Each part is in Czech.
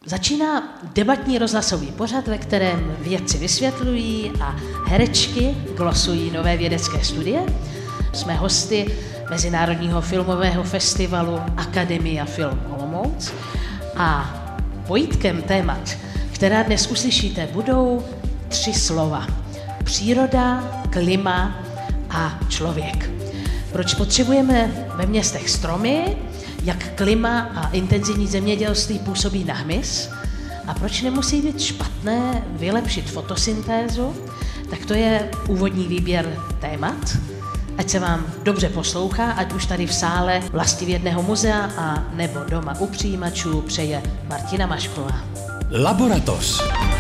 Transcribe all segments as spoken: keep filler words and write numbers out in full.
Začíná debatní rozhlasový pořad, ve kterém vědci vysvětlují a herečky glosují nové vědecké studie. Jsme hosty Mezinárodního filmového festivalu Akademia Film Olomouc a pojítkem témat, která dnes uslyšíte, budou tři slova. Příroda, klima a člověk. Proč potřebujeme ve městech stromy, jak klima a intenzivní zemědělství působí na hmyz a proč nemusí být špatné vylepšit fotosyntézu, tak to je úvodní výběr témat. Ať se vám dobře poslouchá, ať už tady v sále Vlastivědného muzea a nebo doma u přijímačů přeje Martina Mašková. Laboratoř.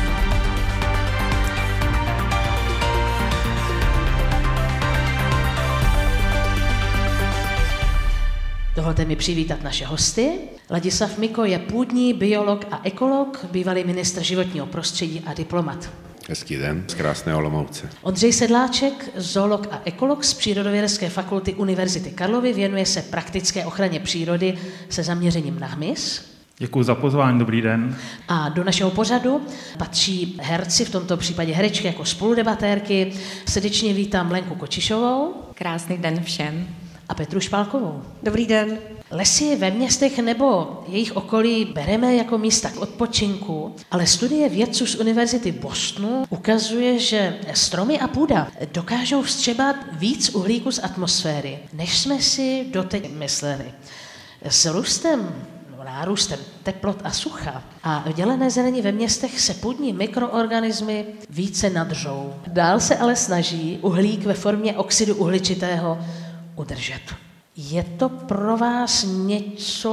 Dovolte mi přivítat naše hosty. Ladislav Miko je půdní biolog a ekolog, bývalý ministr životního prostředí a diplomat. Hezký den z krásné Olomouce. Ondřej Sedláček, zoolog a ekolog z Přírodovědecké fakulty Univerzity Karlovy, věnuje se praktické ochraně přírody se zaměřením na hmyz. Děkuji za pozvání, dobrý den. A do našeho pořadu patří herci, v tomto případě herečky jako spoludebatérky. Srdečně vítám Lenku Kočišovou. Krásný den všem. A Petru Špálkovou. Dobrý den. Lesy ve městech nebo jejich okolí bereme jako místa k odpočinku, ale studie vědců z Univerzity Bostonu ukazuje, že stromy a půda dokážou vstřebat víc uhlíku z atmosféry, než jsme si doteď mysleli. S růstem nárůstem teplot a sucha a dělené zelení ve městech se půdní mikroorganismy více nadržou. Dál se ale snaží uhlík ve formě oxidu uhličitého udržet. Je to pro vás něco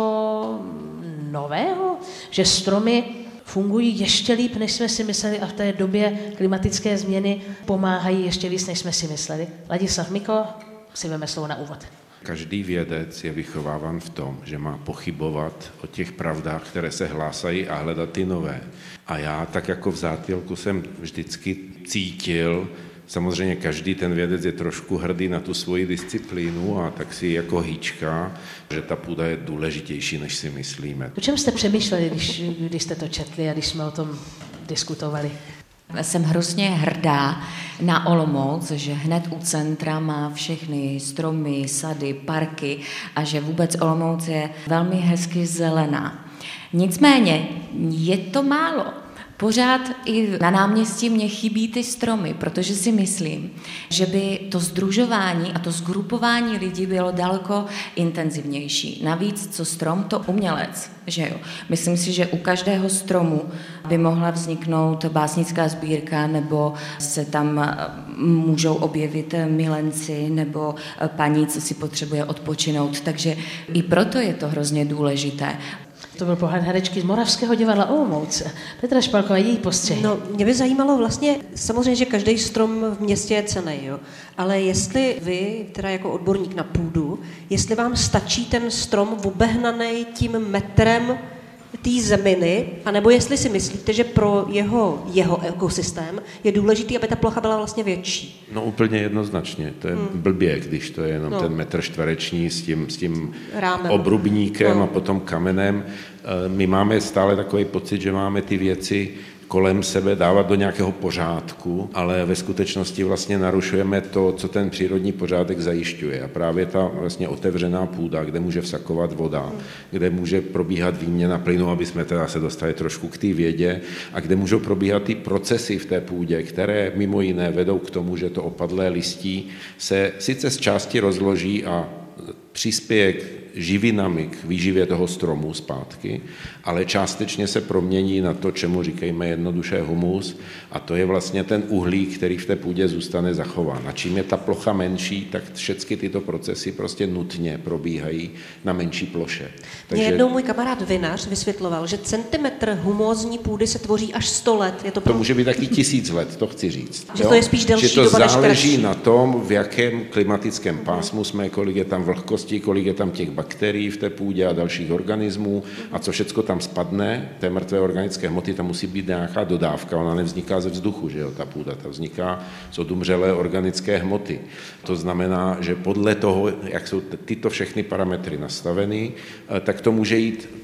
nového, že stromy fungují ještě líp, než jsme si mysleli a v té době klimatické změny pomáhají ještě víc, než jsme si mysleli? Ladislav Miko, si veme slovo na úvod. Každý vědec je vychováván v tom, že má pochybovat o těch pravdách, které se hlásají a hledat ty nové. A já tak jako v zápělku jsem vždycky cítil, samozřejmě každý ten vědec je trošku hrdý na tu svoji disciplínu a tak si jako hýčká, že ta půda je důležitější, než si myslíme. O čem jste přemýšleli, když, když jste to četli a když jsme o tom diskutovali? Jsem hrozně hrdá na Olomouc, že hned u centra má všechny stromy, sady, parky a že vůbec Olomouc je velmi hezky zelená. Nicméně je to málo. Pořád i na náměstí mě chybí ty stromy, protože si myslím, že by to sdružování a to sgrupování lidí bylo daleko intenzivnější. Navíc, co strom, to umělec, že jo. Myslím si, že u každého stromu by mohla vzniknout básnická sbírka, nebo se tam můžou objevit milenci, nebo paní, co si potřebuje odpočinout. Takže i proto je to hrozně důležité. To byl pohled herečky z Moravského divadla Olomouce. Petra Špálková, její postřeh. No, mě by zajímalo vlastně, samozřejmě, že každý strom v městě je cenný, jo? Ale jestli vy, teda jako odborník na půdu, jestli vám stačí ten strom obehnaný tím metrem té zeminy, anebo jestli si myslíte, že pro jeho, jeho ekosystém je důležitý, aby ta plocha byla vlastně větší. No úplně jednoznačně. To je hmm. blbě, když to je jenom no. ten metr čtvereční s tím, s tím Rámem. obrubníkem no. a potom kamenem. My máme stále takový pocit, že máme ty věci kolem sebe dávat do nějakého pořádku, ale ve skutečnosti vlastně narušujeme to, co ten přírodní pořádek zajišťuje. A právě ta vlastně otevřená půda, kde může vsakovat voda, kde může probíhat výměna plynu, aby jsme teda se dostali trošku k té vědě, a kde můžou probíhat ty procesy v té půdě, které mimo jiné vedou k tomu, že to opadlé listí se sice z části rozloží a přispěje k živinami, k výživě toho stromu zpátky, ale částečně se promění na to, čemu říkejme jednoduše humus, a to je vlastně ten uhlík, který v té půdě zůstane zachován. A čím je ta plocha menší, tak všechny tyto procesy prostě nutně probíhají na menší ploše. Takže... Mě jednou můj kamarád vinař vysvětloval, že centimetr humózní půdy se tvoří až sto let. Je to, pro... to může být taky tisíc let, to chci říct. Že jo? To je spíš delší že to doba než záleží kratší. na tom, v jakém klimatickém pásmu jsme, kolik je tam vlhkosti, kolik je tam těch bakterií v té půdě a dalších organismů a co všecko tam spadne, té mrtvé organické hmoty, tam musí být nějaká dodávka, ona nevzniká ze vzduchu, že jo, ta půda, ta vzniká z odumřelé organické hmoty. To znamená, že podle toho, jak jsou tyto všechny parametry nastaveny, tak to může jít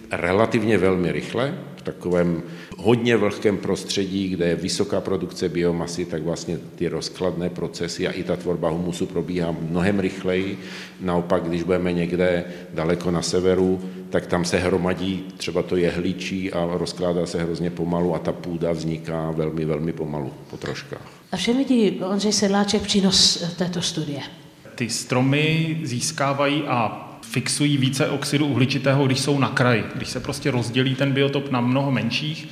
relativně velmi rychle, v takovém hodně vlhkém prostředí, kde je vysoká produkce biomasy, tak vlastně ty rozkladné procesy a i ta tvorba humusu probíhá mnohem rychleji. Naopak, když budeme někde daleko na severu, tak tam se hromadí třeba to jehličí a rozkládá se hrozně pomalu a ta půda vzniká velmi, velmi pomalu po troškách. A v čem vidí Ondřej Sedláček přínos této studie? Ty stromy získávají a fixují více oxidu uhličitého, když jsou na kraji, když se prostě rozdělí ten biotop na mnoho menších.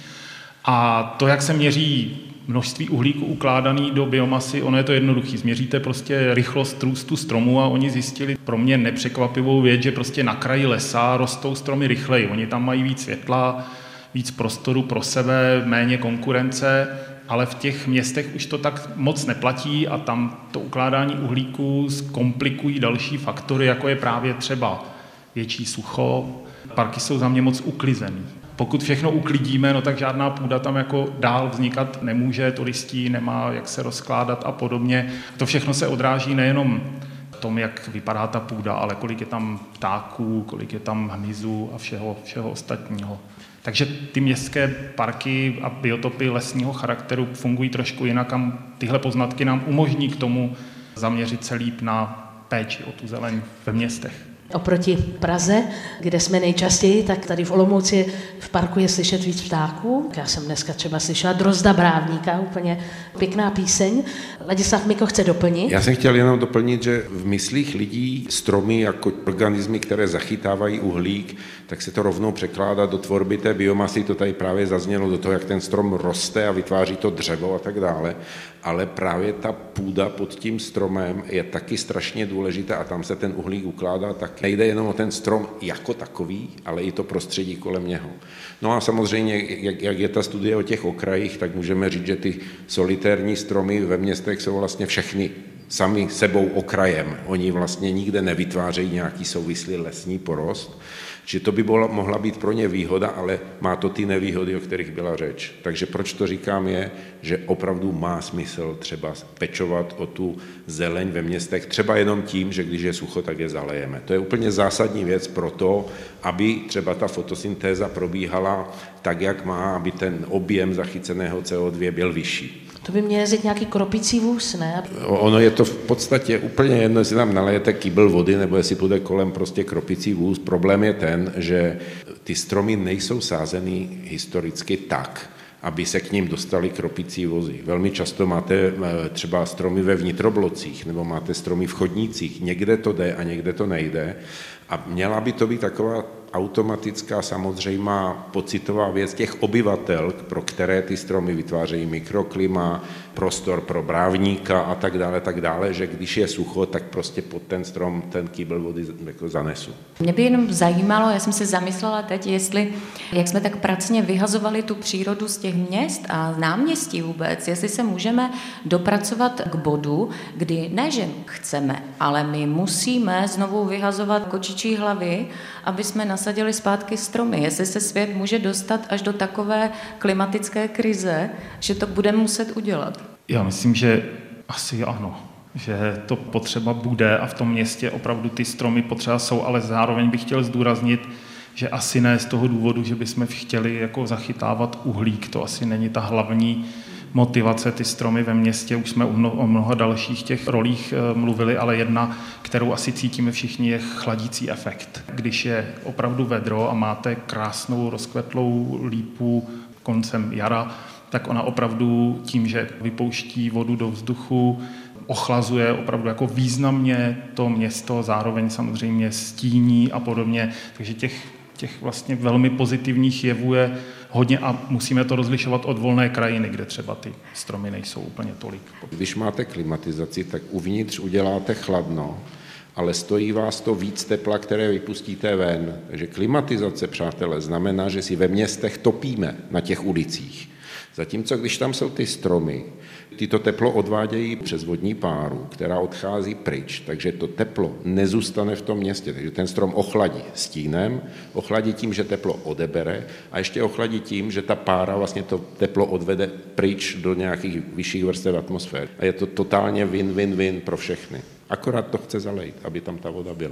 A to, jak se měří množství uhlíku ukládaný do biomasy, ono je to jednoduchý. Změříte prostě rychlost růstu stromů a oni zjistili pro mě nepřekvapivou věc, že prostě na kraji lesa rostou stromy rychleji. Oni tam mají víc světla, víc prostoru pro sebe, méně konkurence, ale v těch městech už to tak moc neplatí a tam to ukládání uhlíku zkomplikují další faktory, jako je právě třeba větší sucho. Parky jsou za mě moc uklizený. Pokud všechno uklidíme, no tak žádná půda tam jako dál vznikat nemůže, to listí nemá jak se rozkládat a podobně. To všechno se odráží nejenom v tom, jak vypadá ta půda, ale kolik je tam ptáků, kolik je tam hmyzu a všeho, všeho ostatního. Takže ty městské parky a biotopy lesního charakteru fungují trošku jinak a tyhle poznatky nám umožní k tomu zaměřit se líp na péči o tu zeleň ve městech. Oproti Praze, kde jsme nejčastěji, tak tady v Olomouci v parku je slyšet víc ptáků. Já jsem dneska třeba slyšela drozda brávníka, úplně pěkná píseň. Ladislav Miko chce doplnit. Já jsem chtěl jenom doplnit, že v myslích lidí stromy jako organismy, které zachytávají uhlík, tak se to rovnou překládá do tvorby té biomasy, to tady právě zaznělo, do toho, jak ten strom roste a vytváří to dřevo a tak dále. Ale právě ta půda pod tím stromem je taky strašně důležitá a tam se ten uhlík ukládá tak. Nejde jenom o ten strom jako takový, ale i to prostředí kolem něho. No a samozřejmě, jak, jak je ta studie o těch okrajích, tak můžeme říct, že ty solitérní stromy ve městech jsou vlastně všechny sami sebou okrajem. Oni vlastně nikde nevytvářejí nějaký souvislý lesní porost, že to by byla, mohla být pro ně výhoda, ale má to ty nevýhody, o kterých byla řeč. Takže proč to říkám je, že opravdu má smysl třeba pečovat o tu zeleň ve městech, třeba jenom tím, že když je sucho, tak je zalejeme. To je úplně zásadní věc pro to, aby třeba ta fotosyntéza probíhala tak, jak má, aby ten objem zachyceného C O dva byl vyšší. To by měl jezdit nějaký kropící vůz, ne? Ono je to v podstatě úplně jedno, jestli tam nalejete kýbl vody, nebo jestli půjde kolem prostě kropící vůz. Problém je ten, že ty stromy nejsou sázeny historicky tak, aby se k ním dostaly kropící vozy. Velmi často máte třeba stromy ve vnitroblocích, nebo máte stromy v chodnících. Někde to jde a někde to nejde. A měla by to být taková automatická, samozřejmá pocitová věc těch obyvatel, pro které ty stromy vytvářejí mikroklima, prostor pro brávníka a tak dále, tak dále, že když je sucho, tak prostě pod ten strom ten kýbl vody jako zanesu. Mě by jenom zajímalo, já jsem se zamyslela teď, jestli, jak jsme tak pracně vyhazovali tu přírodu z těch měst a náměstí vůbec, jestli se můžeme dopracovat k bodu, kdy ne, že chceme, ale my musíme znovu vyhazovat kočičí hlavy, aby jsme nasadili zpátky stromy. Jestli se svět může dostat až do takové klimatické krize, že to budeme muset udělat. Já myslím, že asi ano, že to potřeba bude a v tom městě opravdu ty stromy potřeba jsou, ale zároveň bych chtěl zdůraznit, že asi ne z toho důvodu, že bychom chtěli jako zachytávat uhlík, to asi není ta hlavní motivace, ty stromy ve městě, už jsme o mnoha dalších těch rolích mluvili, ale jedna, kterou asi cítíme všichni, je chladící efekt. Když je opravdu vedro a máte krásnou rozkvetlou lípu koncem jara, tak ona opravdu tím, že vypouští vodu do vzduchu, ochlazuje opravdu jako významně to město, zároveň samozřejmě stíní a podobně, takže těch těch vlastně velmi pozitivních jevů je hodně a musíme to rozlišovat od volné krajiny, kde třeba ty stromy nejsou úplně tolik. Když máte klimatizaci, tak uvnitř uděláte chladno, ale stojí vás to víc tepla, které vypustíte ven. Takže klimatizace, přátelé, znamená, že si ve městech topíme na těch ulicích. Zatímco když tam jsou ty stromy, tyto teplo odvádějí přes vodní páru, která odchází pryč, takže to teplo nezůstane v tom městě. Takže ten strom ochladí stínem, ochladí tím, že teplo odebere a ještě ochladí tím, že ta pára vlastně to teplo odvede pryč do nějakých vyšších vrstev atmosféry. A je to totálně win-win-win pro všechny. Akorát to chce zalejt, aby tam ta voda byla.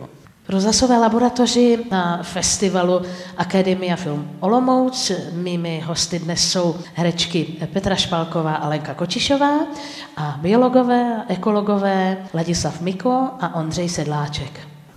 V rozhlasové laboratoři na festivalu Akademia Film Olomouc mými hosty dnes jsou herečky Petra Špalková a Lenka Kočišová a biologové a ekologové Ladislav Miko a Ondřej Sedláček.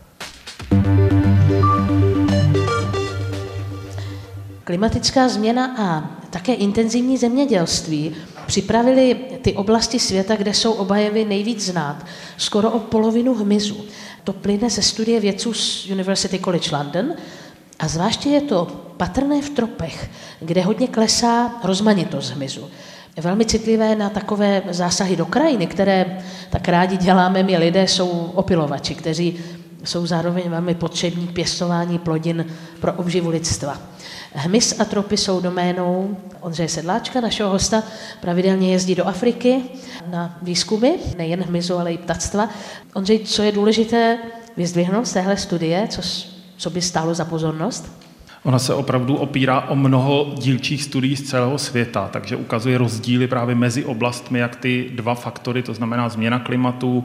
Klimatická změna a také intenzivní zemědělství připravili ty oblasti světa, kde jsou obajevy nejvíc znát, skoro o polovinu hmyzu. To plyne ze studie vědců z University College London a zvláště je to patrné v tropech, kde hodně klesá rozmanitost hmyzu. Velmi citlivé na takové zásahy do krajiny, které tak rádi děláme my lidé, jsou opylovači, kteří jsou zároveň velmi potřební k pěstování plodin pro obživu lidstva. Hmyz a tropy jsou doménou Ondřeje Sedláčka, našeho hosta, pravidelně jezdí do Afriky na výzkumy, nejen hmyzu, ale i ptactva. Ondřej, co je důležité vyzdvihnout z téhle studie, co, co by stálo za pozornost? Ona se opravdu opírá o mnoho dílčích studií z celého světa, takže ukazuje rozdíly právě mezi oblastmi, jak ty dva faktory, to znamená změna klimatu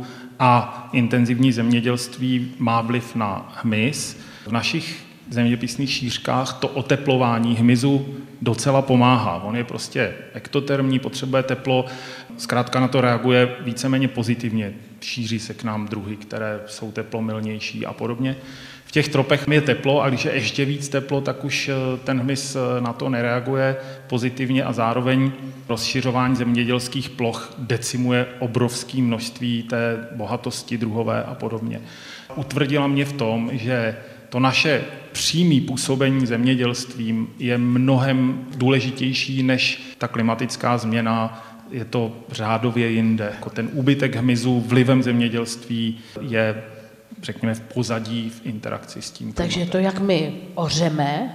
a intenzivní zemědělství, má vliv na hmyz. V našich zeměpisných šířkách to oteplování hmyzu docela pomáhá. On je prostě ektotermní, potřebuje teplo, zkrátka na to reaguje víceméně pozitivně. Šíří se k nám druhy, které jsou teplomilnější a podobně. V těch tropech je teplo a když je ještě víc teplo, tak už ten hmyz na to nereaguje pozitivně a zároveň rozšiřování zemědělských ploch decimuje obrovské množství té bohatosti druhové a podobně. Utvrdila mě v tom, že to naše přímé působení zemědělstvím je mnohem důležitější než ta klimatická změna. Je to řádově jinde. Jako ten úbytek hmyzu vlivem zemědělství je, řekněme, v pozadí v interakci s tím. Takže to, jak my ořeme,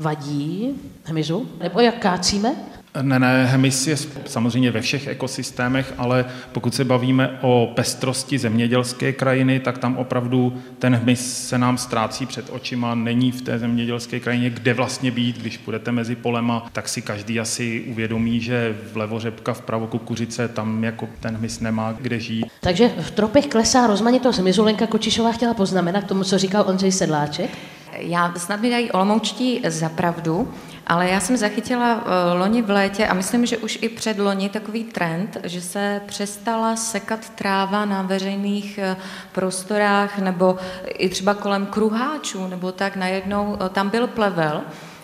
vadí hmyzu? Nebo jak kácíme? Ne, ne, hmyz je samozřejmě ve všech ekosystémech, ale pokud se bavíme o pestrosti zemědělské krajiny, tak tam opravdu ten hmyz se nám ztrácí před očima, není v té zemědělské krajině, kde vlastně být. Když půjdete mezi polema, tak si každý asi uvědomí, že vlevo řepka, vpravo kukuřice, tam jako ten hmyz nemá kde žít. Takže v tropech klesá rozmanitost hmyzu. Lenka Kočišová chtěla poznamenat k tomu, co říkal Ondřej Sedláček. Já snad mi dají olomoučtí za pravdu, ale já jsem zachytila loni v létě a myslím, že už i před loni takový trend, že se přestala sekat tráva na veřejných prostorách nebo i třeba kolem kruháčů, nebo tak najednou tam byl plevel.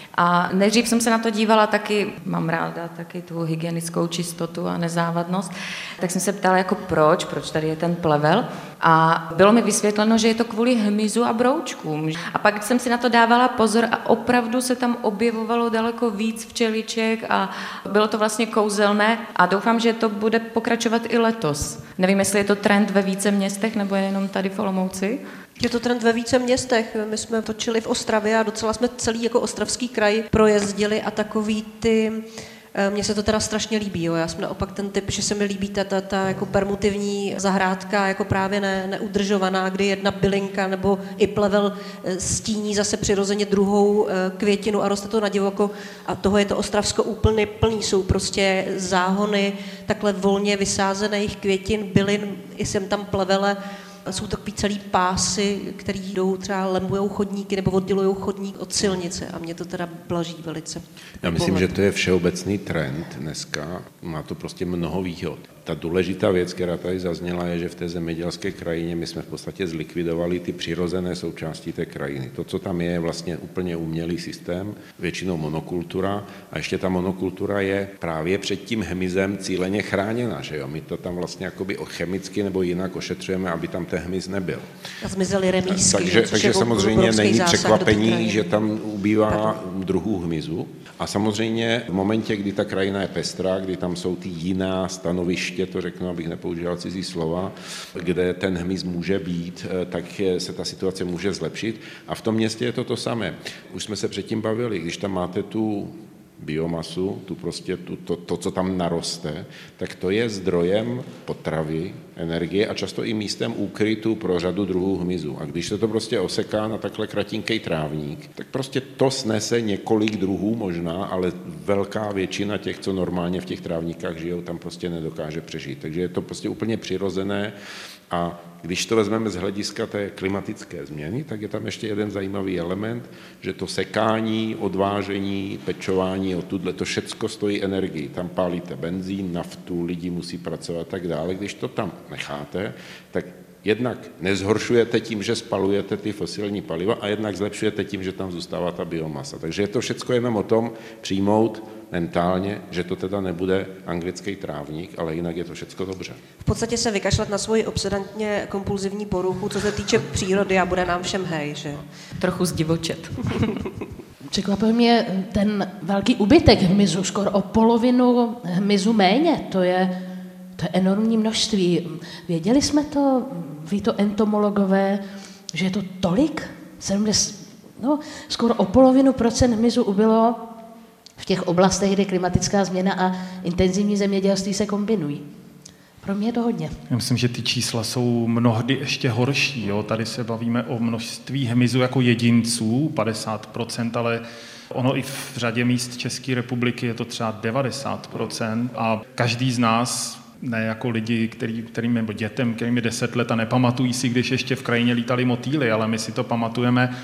A nejdřív jsem se na to dívala taky, mám ráda taky tu hygienickou čistotu a nezávadnost, tak jsem se ptala jako proč, proč tady je ten plevel a bylo mi vysvětleno, že je to kvůli hmyzu a broučkům. A pak jsem si na to dávala pozor a opravdu se tam objevovalo daleko víc včeliček a bylo to vlastně kouzelné a doufám, že to bude pokračovat i letos. Nevím, jestli je to trend ve více městech nebo je jenom tady v Olomouci. Je to trend ve více městech. My jsme točili v Ostravě a docela jsme celý jako ostravský kraj projezdili a takový ty... Mně se to teda strašně líbí, jo. Já jsem naopak ten typ, že se mi líbí ta, ta, ta jako permutivní zahrádka, jako právě ne, neudržovaná, kdy jedna bylinka nebo i plevel stíní zase přirozeně druhou květinu a roste to na divoko. A toho je to Ostravsko úplně plný. Jsou prostě záhony takhle volně vysázených květin, bylin, i sem tam plevele. Jsou takový celý pásy, který jdou třeba lembujou chodníky nebo oddělují chodník od silnice a mě to teda blaží velice. Já myslím, že to je všeobecný trend dneska, má to prostě mnoho výhod. Ta důležitá věc, která tady zazněla, je, že v té zemědělské krajině my jsme v podstatě zlikvidovali ty přirozené součásti té krajiny. To, co tam je, je vlastně úplně umělý systém, většinou monokultura a ještě ta monokultura je právě před tím hmyzem cíleně chráněna, že jo? My to tam vlastně jakoby chemicky nebo jinak ošetřujeme, aby tam ten hmyz nebyl. A zmizely remísky. Takže, takže samozřejmě není překvapení, že tam ubývá Pardon. druhů hmyzu. A samozřejmě v momentě, kdy ta krajina je pestrá, kdy tam jsou ty jiná stanoviště, to řeknu, abych nepoužíval cizí slova, kde ten hmyz může být, tak se ta situace může zlepšit. A v tom městě je to to samé. Už jsme se předtím bavili, když tam máte tu biomasu, tu prostě tu, to, to, co tam naroste, tak to je zdrojem potravy, energie a často i místem úkrytu pro řadu druhů hmyzu. A když se to prostě oseká na takhle kratinkej trávník, tak prostě to snese několik druhů možná, ale velká většina těch, co normálně v těch trávníkách žijou, tam prostě nedokáže přežít. Takže je to prostě úplně přirozené a když to vezmeme z hlediska té klimatické změny, tak je tam ještě jeden zajímavý element, že to sekání, odvážení, pečování, odtudle, to všecko stojí energii. Tam pálíte benzín, naftu, lidi musí pracovat a tak dále. Když to tam necháte, tak jednak nezhoršujete tím, že spalujete ty fosilní paliva a jednak zlepšujete tím, že tam zůstává ta biomasa. Takže je to všecko jenom o tom přijmout mentálně, že to teda nebude anglický trávník, ale jinak je to všecko dobře. V podstatě se vykašlat na svoji obsedantně kompulzivní poruchu, co se týče přírody a bude nám všem hej, že? Trochu zdivočet. Překvapil mě ten velký úbytek hmyzu, skoro o polovinu hmyzu méně, to je, to je enormní množství. Věděli jsme to, ví to entomologové, že je to tolik? sedmdesát, no, skoro o polovinu procent hmyzu ubylo v těch oblastech, kde klimatická změna a intenzivní zemědělství se kombinují. Pro mě je to hodně. Já myslím, že ty čísla jsou mnohdy ještě horší. Jo? Tady se bavíme o množství hmyzu jako jedinců, padesát procent, ale ono i v řadě míst České republiky je to třeba devadesát procent a každý z nás, ne jako lidi, který, kterým, nebo dětem, kterým je deset let a nepamatují si, když ještě v krajině lítali motýly, ale my si to pamatujeme.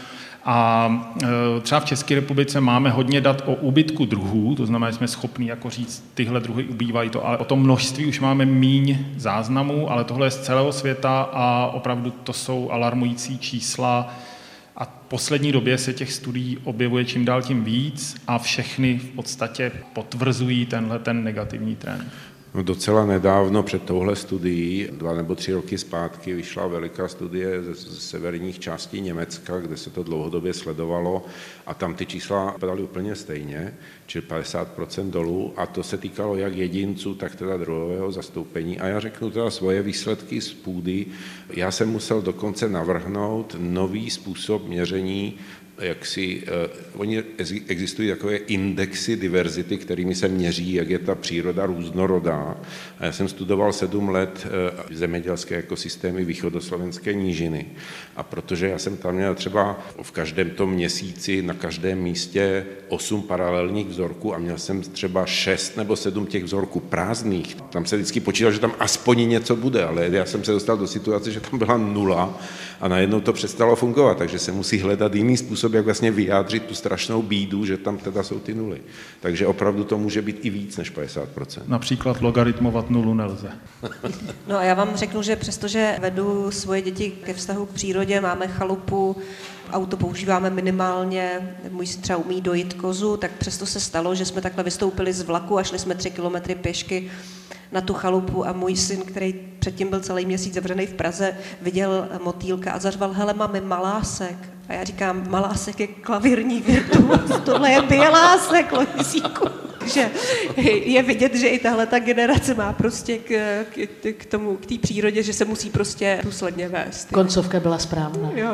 A třeba v České republice máme hodně dat o úbytku druhů, to znamená, že jsme schopni jako říct, tyhle druhy ubývají to, ale o tom množství už máme míň záznamů, ale tohle je z celého světa a opravdu to jsou alarmující čísla a v poslední době se těch studií objevuje čím dál tím víc a všechny v podstatě potvrzují tenhle ten negativní trend. No docela nedávno před touhle studií, dva nebo tři roky zpátky, vyšla veliká studie ze, ze severních částí Německa, kde se to dlouhodobě sledovalo a tam ty čísla padaly úplně stejně, čili padesát procent dolů a to se týkalo jak jedinců, tak teda druhového zastoupení. A já řeknu teda svoje výsledky z půdy. Já jsem musel dokonce navrhnout nový způsob měření, jak si, uh, oni existují takové indexy diverzity, kterými se měří, jak je ta příroda různorodá. A já jsem studoval sedm let uh, zemědělské ekosystémy východoslovenské nížiny. A protože já jsem tam měl třeba v každém tom měsíci na každém místě osm paralelních vzorků a měl jsem třeba šest nebo sedm těch vzorků prázdných. Tam se vždycky počítal, že tam aspoň něco bude, ale já jsem se dostal do situace, že tam byla nula a najednou to přestalo fungovat, takže se musí hledat jiný způsob, jak vlastně vyjádřit tu strašnou bídu, že tam teda jsou ty nuly. Takže opravdu to může být i víc než padesát procent. Například logaritmovat nulu nelze. No a já vám řeknu, že přestože vedu svoje děti ke vztahu k přírodě, máme chalupu, auto používáme minimálně, můj syn třeba umí dojít kozu, tak přesto se stalo, že jsme takhle vystoupili z vlaku a šli jsme tři kilometry pěšky na tu chalupu a můj syn, který předtím byl celý měsíc zavřený v Praze, viděl motýlka a zařval, hele mami, malásek. A já říkám, malásek je klavírní virtuos, tohle je bělásek, Lojzíku. Že je vidět, že i tahle ta generace má prostě k, k, k tomu, k té přírodě, že se musí prostě důsledně vést. Koncovka byla správná. Jo.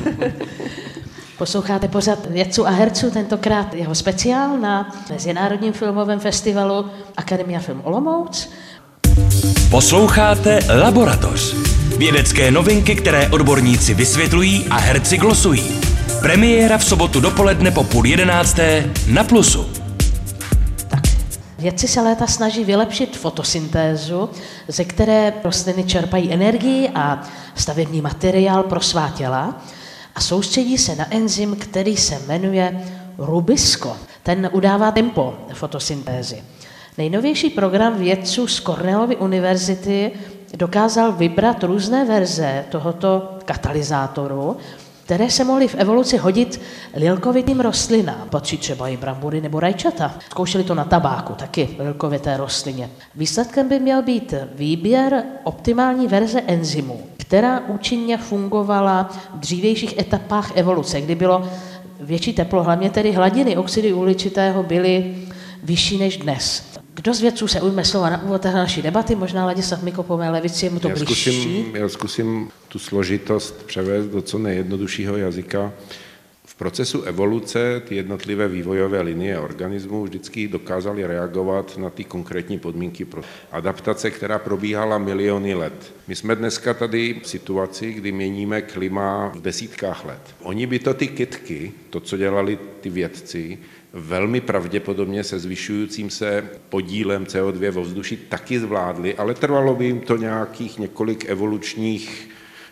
Posloucháte pořad Vědců a herců, tentokrát jeho speciál na Mezinárodním filmovém festivalu Akademia Film Olomouc. Posloucháte Laboratoř. Vědecké novinky, které odborníci vysvětlují a herci glosují. Premiéra v sobotu dopoledne po půl jedenácté na Plusu. Tak, vědci se léta snaží vylepšit fotosyntézu, ze které rostliny čerpají energii a stavební materiál pro svá těla a soustředí se na enzym, který se jmenuje Rubisco. Ten udává tempo fotosyntézy. Nejnovější program vědců z Cornellovy univerzity dokázal vybrat různé verze tohoto katalyzátoru, které se mohly v evoluci hodit lilkovitým rostlinám. Patří třeba i brambory nebo rajčata. Zkoušeli to na tabáku, taky lilkovité rostlině. Výsledkem by měl být výběr optimální verze enzymu, která účinně fungovala v dřívějších etapách evoluce, kdy bylo větší teplo, hlavně tedy hladiny oxidu uhličitého byly vyšší než dnes. Kdo z vědců se ujme slova na úvod naší debaty? Možná Ladislav Mikl po mé levici, je mu to já blížší. Zkusím, já zkusím tu složitost převést do co nejjednoduššího jazyka. V procesu evoluce ty jednotlivé vývojové linie organismů vždycky dokázaly reagovat na ty konkrétní podmínky pro adaptace, která probíhala miliony let. My jsme dneska tady v situaci, kdy měníme klima v desítkách let. Oni by to ty kytky, to, co dělali ty vědci, velmi pravděpodobně se zvyšujícím se podílem C O dva vo vzduchu taky zvládli, ale trvalo by jim to nějakých několik evolučních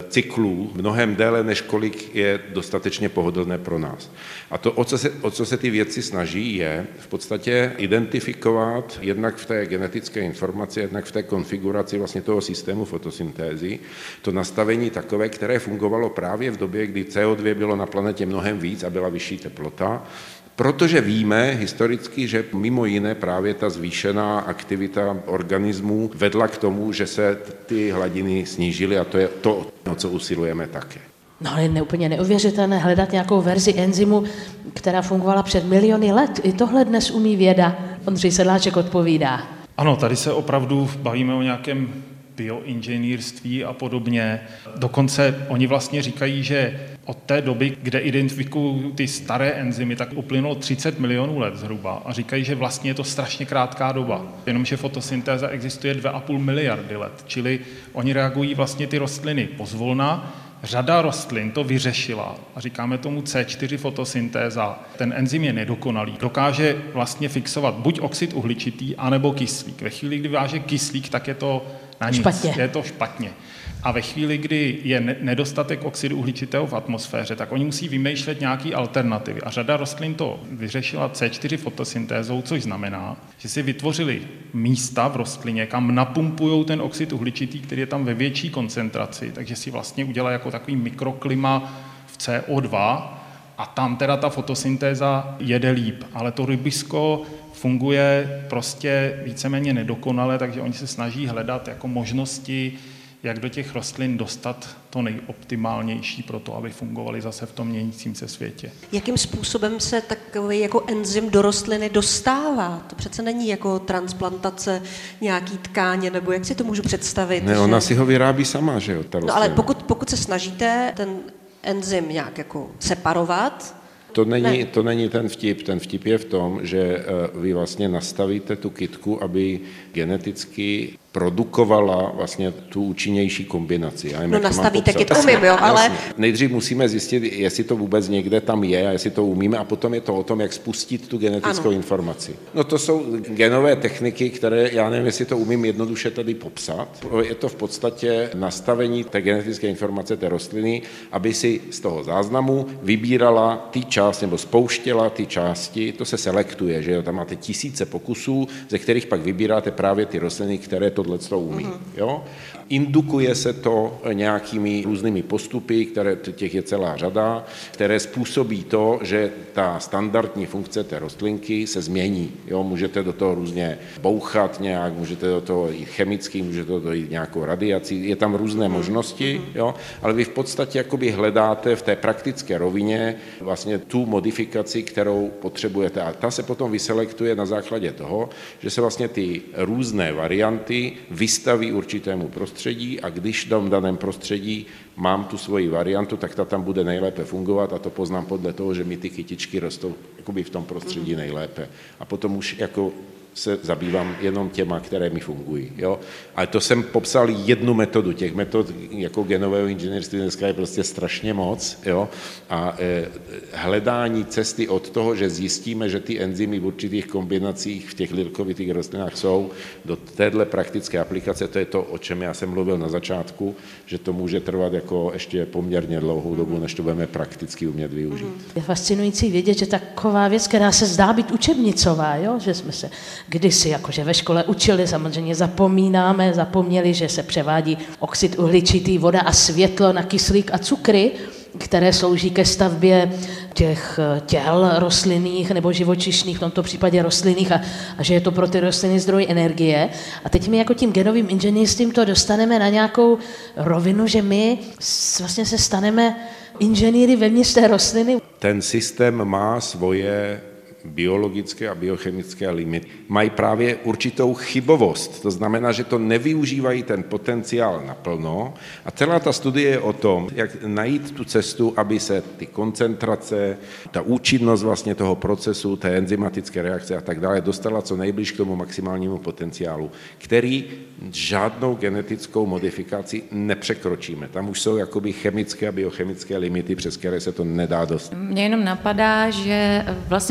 cyklů mnohem déle, než kolik je dostatečně pohodlné pro nás. A to, o co se, o co se ty vědci snaží, je v podstatě identifikovat jednak v té genetické informaci, jednak v té konfiguraci vlastně toho systému fotosyntézy, to nastavení takové, které fungovalo právě v době, kdy C O dva bylo na planetě mnohem víc a byla vyšší teplota, protože víme historicky, že mimo jiné právě ta zvýšená aktivita organismů vedla k tomu, že se ty hladiny snížily a to je to, o co usilujeme také. No ale neúplně neuvěřitelné hledat nějakou verzi enzymu, která fungovala před miliony let. I tohle dnes umí věda. Ondřej Sedláček odpovídá. Ano, tady se opravdu bavíme o nějakém bioinženýrství a podobně. Dokonce oni vlastně říkají, že od té doby, kde identifikují ty staré enzymy, tak uplynulo třicet milionů let zhruba a říkají, že vlastně je to strašně krátká doba. Jenomže fotosyntéza existuje dvě a půl miliardy let, čili oni reagují vlastně ty rostliny pozvolna. Řada rostlin to vyřešila a říkáme tomu C čtyři fotosyntéza. Ten enzym je nedokonalý. Dokáže vlastně fixovat buď oxid uhličitý, anebo kyslík. Ve chvíli, kdy váže kyslík, tak je to na nic. Špatně. Je to špatně. A ve chvíli, kdy je nedostatek oxidu uhličitého v atmosféře, tak oni musí vymýšlet nějaké alternativy. A řada rostlin to vyřešila C čtyři fotosyntézou, což znamená, že si vytvořili místa v rostlině, kam napumpujou ten oxid uhličitý, který je tam ve větší koncentraci, takže si vlastně udělají jako takový mikroklima v C O dva a tam teda ta fotosyntéza jede líp. Ale to rybisko funguje prostě víceméně nedokonale, takže oni se snaží hledat jako možnosti, jak do těch rostlin dostat to nejoptimálnější pro to, aby fungovaly zase v tom měnícím se světě. Jakým způsobem se takový jako enzym do rostliny dostává? To přece není jako transplantace nějaký tkáně, nebo jak si to můžu představit? Ne, že... ona si ho vyrábí sama, že jo, ta No ale pokud, pokud se snažíte ten enzym nějak jako separovat, To není, ne. to není ten vtip. Ten vtip je v tom, že vy vlastně nastavíte tu kytku, aby geneticky produkovala vlastně tu účinnější kombinaci. Já nevím, no nastavíte kytku, umím, jo, ale... Jasně. Nejdřív musíme zjistit, jestli to vůbec někde tam je a jestli to umíme a potom je to o tom, jak spustit tu genetickou ano. informaci. No to jsou genové techniky, které, já nevím, jestli to umím jednoduše tady popsat. Je to v podstatě nastavení té genetické informace té rostliny, aby si z toho záznamu vybírala ty části, nebo spouštěla ty části, to se selektuje, že jo, tam máte tisíce pokusů, ze kterých pak vybíráte právě ty rostliny, které tohleto umí. Mm-hmm. Jo? Indukuje se to nějakými různými postupy, které, těch je celá řada, které způsobí to, že ta standardní funkce té rostlinky se změní. Jo? Můžete do toho různě bouchat nějak, můžete do toho jít chemicky, můžete do toho jít nějakou radiací, je tam různé možnosti, jo? Ale vy v podstatě jakoby hledáte v té praktické rovině vlastně tu modifikaci, kterou potřebujete. A ta se potom vyselektuje na základě toho, že se vlastně ty různé varianty vystaví určitému prostředí a když v tom daném prostředí mám tu svoji variantu, tak ta tam bude nejlépe fungovat a to poznám podle toho, že mi ty kytičky rostou jakoby v tom prostředí nejlépe. A potom už jako se zabývám jenom těma, které mi fungují. Jo? Ale to jsem popsal jednu metodu. Těch metod jako genového inženýrství dneska je prostě strašně moc. Jo? A e, hledání cesty od toho, že zjistíme, že ty enzymy v určitých kombinacích v těch lilkovitých rostlinách jsou, do téhle praktické aplikace, to je to, o čem já jsem mluvil na začátku, že to může trvat jako ještě poměrně dlouhou dobu, než to budeme prakticky umět využít. Je fascinující vědět, že taková věc, která se zdá být učebnicová, jo? Že jsme se kdysi jakože ve škole učili, samozřejmě zapomínáme, zapomněli, že se převádí oxid uhličitý, voda a světlo na kyslík a cukry, které slouží ke stavbě těch těl rostlinných nebo živočišných, v tomto případě rostlinných, a, a že je to pro ty rostliny zdroj energie. A teď my jako tím genovým inženýrstvím to dostaneme na nějakou rovinu, že my vlastně se staneme inženýry vevnitř té rostliny. Ten systém má svoje biologické a biochemické limity. Mají právě určitou chybovost, to znamená, že to nevyužívají ten potenciál naplno a celá ta studie je o tom, jak najít tu cestu, aby se ty koncentrace, ta účinnost vlastně toho procesu, té enzymatické reakce a tak dále dostala co nejblíž k tomu maximálnímu potenciálu, který žádnou genetickou modifikaci nepřekročíme. Tam už jsou jakoby chemické a biochemické limity, přes které se to nedá dostat. Mně jenom napadá, že vlastně si budeme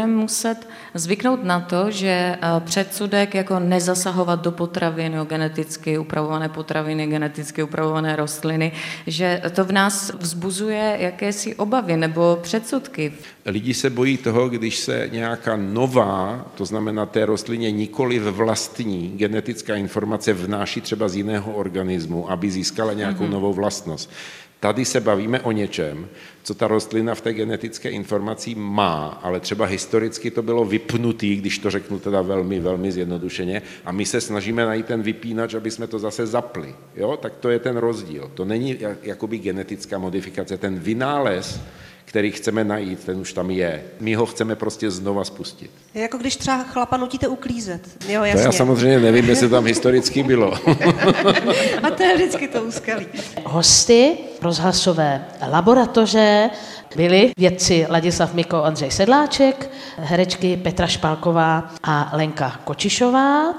budeme muset zvyknout na to, že předsudek jako nezasahovat do potravin, jo, geneticky upravované potraviny, geneticky upravované rostliny, že to v nás vzbuzuje jakési obavy nebo předsudky. Lidi se bojí toho, když se nějaká nová, to znamená té rostlině nikoli vlastní genetická informace vnáší třeba z jiného organismu, aby získala nějakou mm-hmm. novou vlastnost. Tady se bavíme o něčem, co ta rostlina v té genetické informaci má, ale třeba historicky to bylo vypnutý, když to řeknu teda velmi, velmi zjednodušeně, a my se snažíme najít ten vypínač, aby jsme to zase zapli. Jo? Tak to je ten rozdíl. To není jakoby genetická modifikace, ten vynález, který chceme najít, ten už tam je. My ho chceme prostě znova spustit. Je jako když třeba chlapa nutíte uklízet. Jo, jasně. To já samozřejmě nevím, jestli tam historicky bylo. A to je vždycky to úskalí. Hosty rozhlasové laboratoře byli vědci Ladislav Miko, Ondřej Sedláček, herečky Petra Špalková a Lenka Kočišová.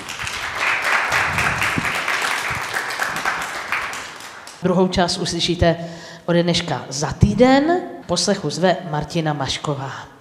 Druhou část uslyšíte ode dneška za týden. Poslechu zve Martina Mašková.